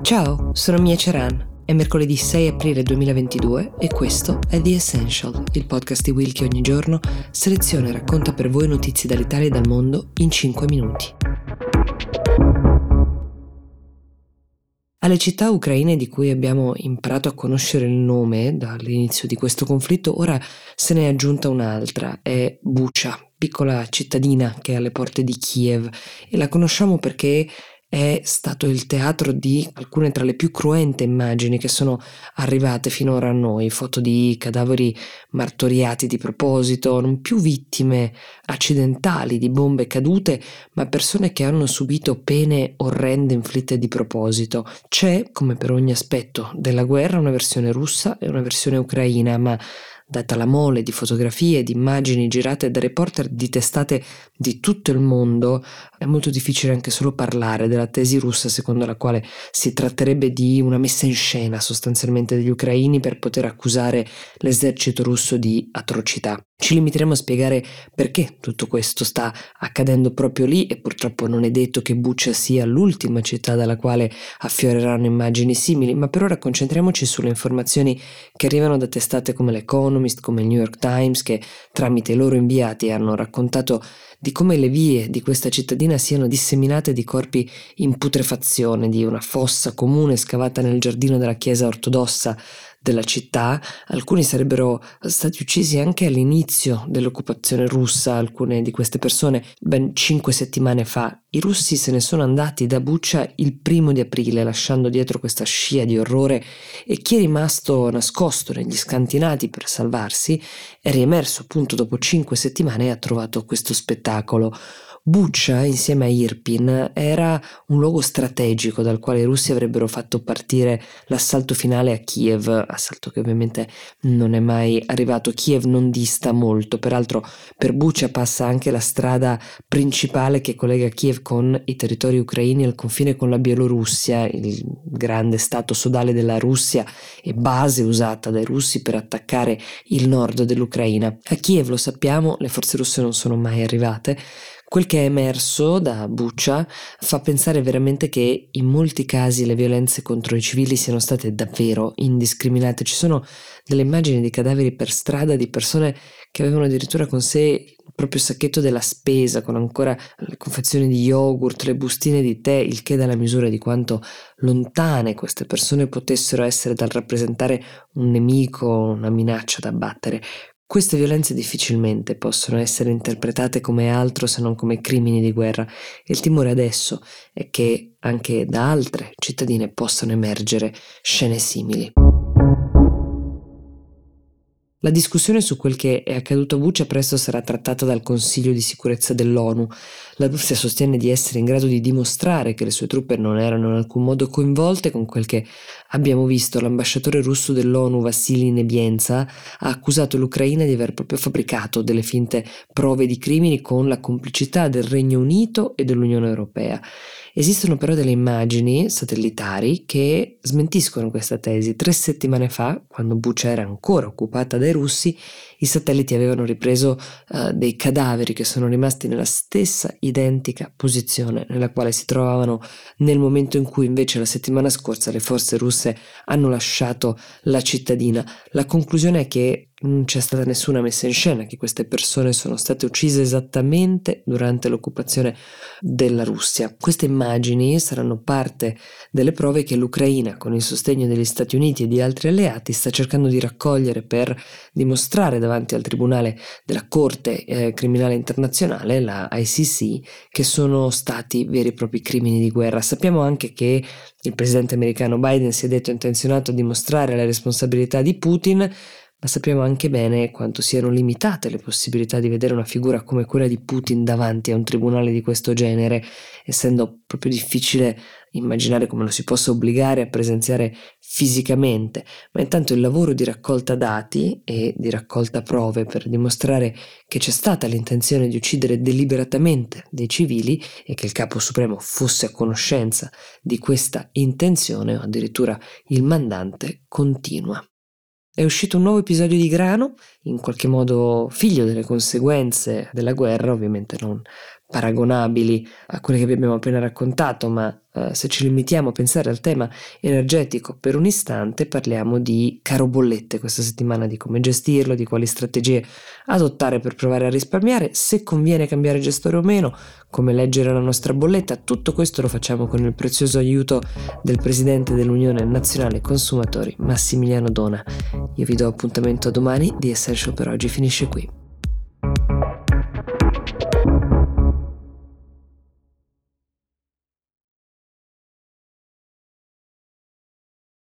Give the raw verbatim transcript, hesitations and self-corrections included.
Ciao, sono Mia Ceran. È mercoledì sei aprile duemilaventidue e questo è The Essential, il podcast di Will che ogni giorno seleziona e racconta per voi notizie dall'Italia e dal mondo in cinque minuti. Alle città ucraine di cui abbiamo imparato a conoscere il nome dall'inizio di questo conflitto, ora se ne è aggiunta un'altra, è Bucha, piccola cittadina che è alle porte di Kiev, e la conosciamo perché è stato il teatro di alcune tra le più cruente immagini che sono arrivate finora a noi, foto di cadaveri martoriati di proposito, non più vittime accidentali di bombe cadute, ma persone che hanno subito pene orrende inflitte di proposito. C'è, come per ogni aspetto della guerra, una versione russa e una versione ucraina, ma data la mole di fotografie e di immagini girate da reporter di testate di tutto il mondo, è molto difficile anche solo parlare della tesi russa secondo la quale si tratterebbe di una messa in scena sostanzialmente degli ucraini per poter accusare l'esercito russo di atrocità. Ci limiteremo a spiegare perché tutto questo sta accadendo proprio lì, e purtroppo non è detto che Bucha sia l'ultima città dalla quale affioreranno immagini simili, ma per ora concentriamoci sulle informazioni che arrivano da testate come l'Economist, come il New York Times, che tramite i loro inviati hanno raccontato di come le vie di questa cittadina siano disseminate di corpi in putrefazione, di una fossa comune scavata nel giardino della chiesa ortodossa della città. Alcuni sarebbero stati uccisi anche all'inizio dell'occupazione russa, alcune di queste persone ben cinque settimane fa. I russi se ne sono andati da Bucha il primo di aprile, lasciando dietro questa scia di orrore, e chi è rimasto nascosto negli scantinati per salvarsi è riemerso appunto dopo cinque settimane e ha trovato questo spettacolo. Bucha, insieme a Irpin, era un luogo strategico dal quale i russi avrebbero fatto partire l'assalto finale a Kiev, assalto che ovviamente non è mai arrivato. Kiev non dista molto, peraltro per Bucha passa anche la strada principale che collega Kiev con i territori ucraini al confine con la Bielorussia, il grande stato sodale della Russia e base usata dai russi per attaccare il nord dell'Ucraina. A Kiev, lo sappiamo, le forze russe non sono mai arrivate. Quel che è emerso da Bucha fa pensare veramente che in molti casi le violenze contro i civili siano state davvero indiscriminate. Ci sono delle immagini di cadaveri per strada di persone che avevano addirittura con sé il proprio sacchetto della spesa, con ancora le confezioni di yogurt, le bustine di tè, il che dà la misura di quanto lontane queste persone potessero essere dal rappresentare un nemico, una minaccia da abbattere. Queste violenze difficilmente possono essere interpretate come altro se non come crimini di guerra, e il timore adesso è che anche da altre cittadine possano emergere scene simili. La discussione su quel che è accaduto a Bucha presto sarà trattata dal Consiglio di sicurezza dell'ONU. La Russia sostiene di essere in grado di dimostrare che le sue truppe non erano in alcun modo coinvolte con quel che abbiamo visto. L'ambasciatore russo dell'ONU, Vassily Nebienza, ha accusato l'Ucraina di aver proprio fabbricato delle finte prove di crimini con la complicità del Regno Unito e dell'Unione Europea. Esistono però delle immagini satellitari che smentiscono questa tesi. Tre settimane fa, quando Bucha era ancora occupata dai russi, i satelliti avevano ripreso uh, dei cadaveri che sono rimasti nella stessa identica posizione nella quale si trovavano nel momento in cui invece la settimana scorsa le forze russe hanno lasciato la cittadina. La conclusione è che non c'è stata nessuna messa in scena, che queste persone sono state uccise esattamente durante l'occupazione della Russia. Queste immagini saranno parte delle prove che l'Ucraina, con il sostegno degli Stati Uniti e di altri alleati, sta cercando di raccogliere per dimostrare davanti al Tribunale della Corte eh, Criminale Internazionale, la I C C, che sono stati veri e propri crimini di guerra. Sappiamo anche che il presidente americano Biden si è detto intenzionato a dimostrare la responsabilità di Putin, ma sappiamo anche bene quanto siano limitate le possibilità di vedere una figura come quella di Putin davanti a un tribunale di questo genere, essendo proprio difficile immaginare come lo si possa obbligare a presenziare fisicamente. Ma intanto il lavoro di raccolta dati e di raccolta prove per dimostrare che c'è stata l'intenzione di uccidere deliberatamente dei civili e che il capo supremo fosse a conoscenza di questa intenzione, o addirittura il mandante, continua. È uscito un nuovo episodio di Grano, in qualche modo figlio delle conseguenze della guerra, ovviamente non paragonabili a quelle che vi abbiamo appena raccontato, ma uh, se ci limitiamo a pensare al tema energetico per un istante, parliamo di caro bollette questa settimana, di come gestirlo, di quali strategie adottare per provare a risparmiare, se conviene cambiare gestore o meno, come leggere la nostra bolletta. Tutto questo lo facciamo con il prezioso aiuto del presidente dell'Unione Nazionale Consumatori, Massimiliano Dona. Io vi do appuntamento a domani, The Essential per oggi finisce qui.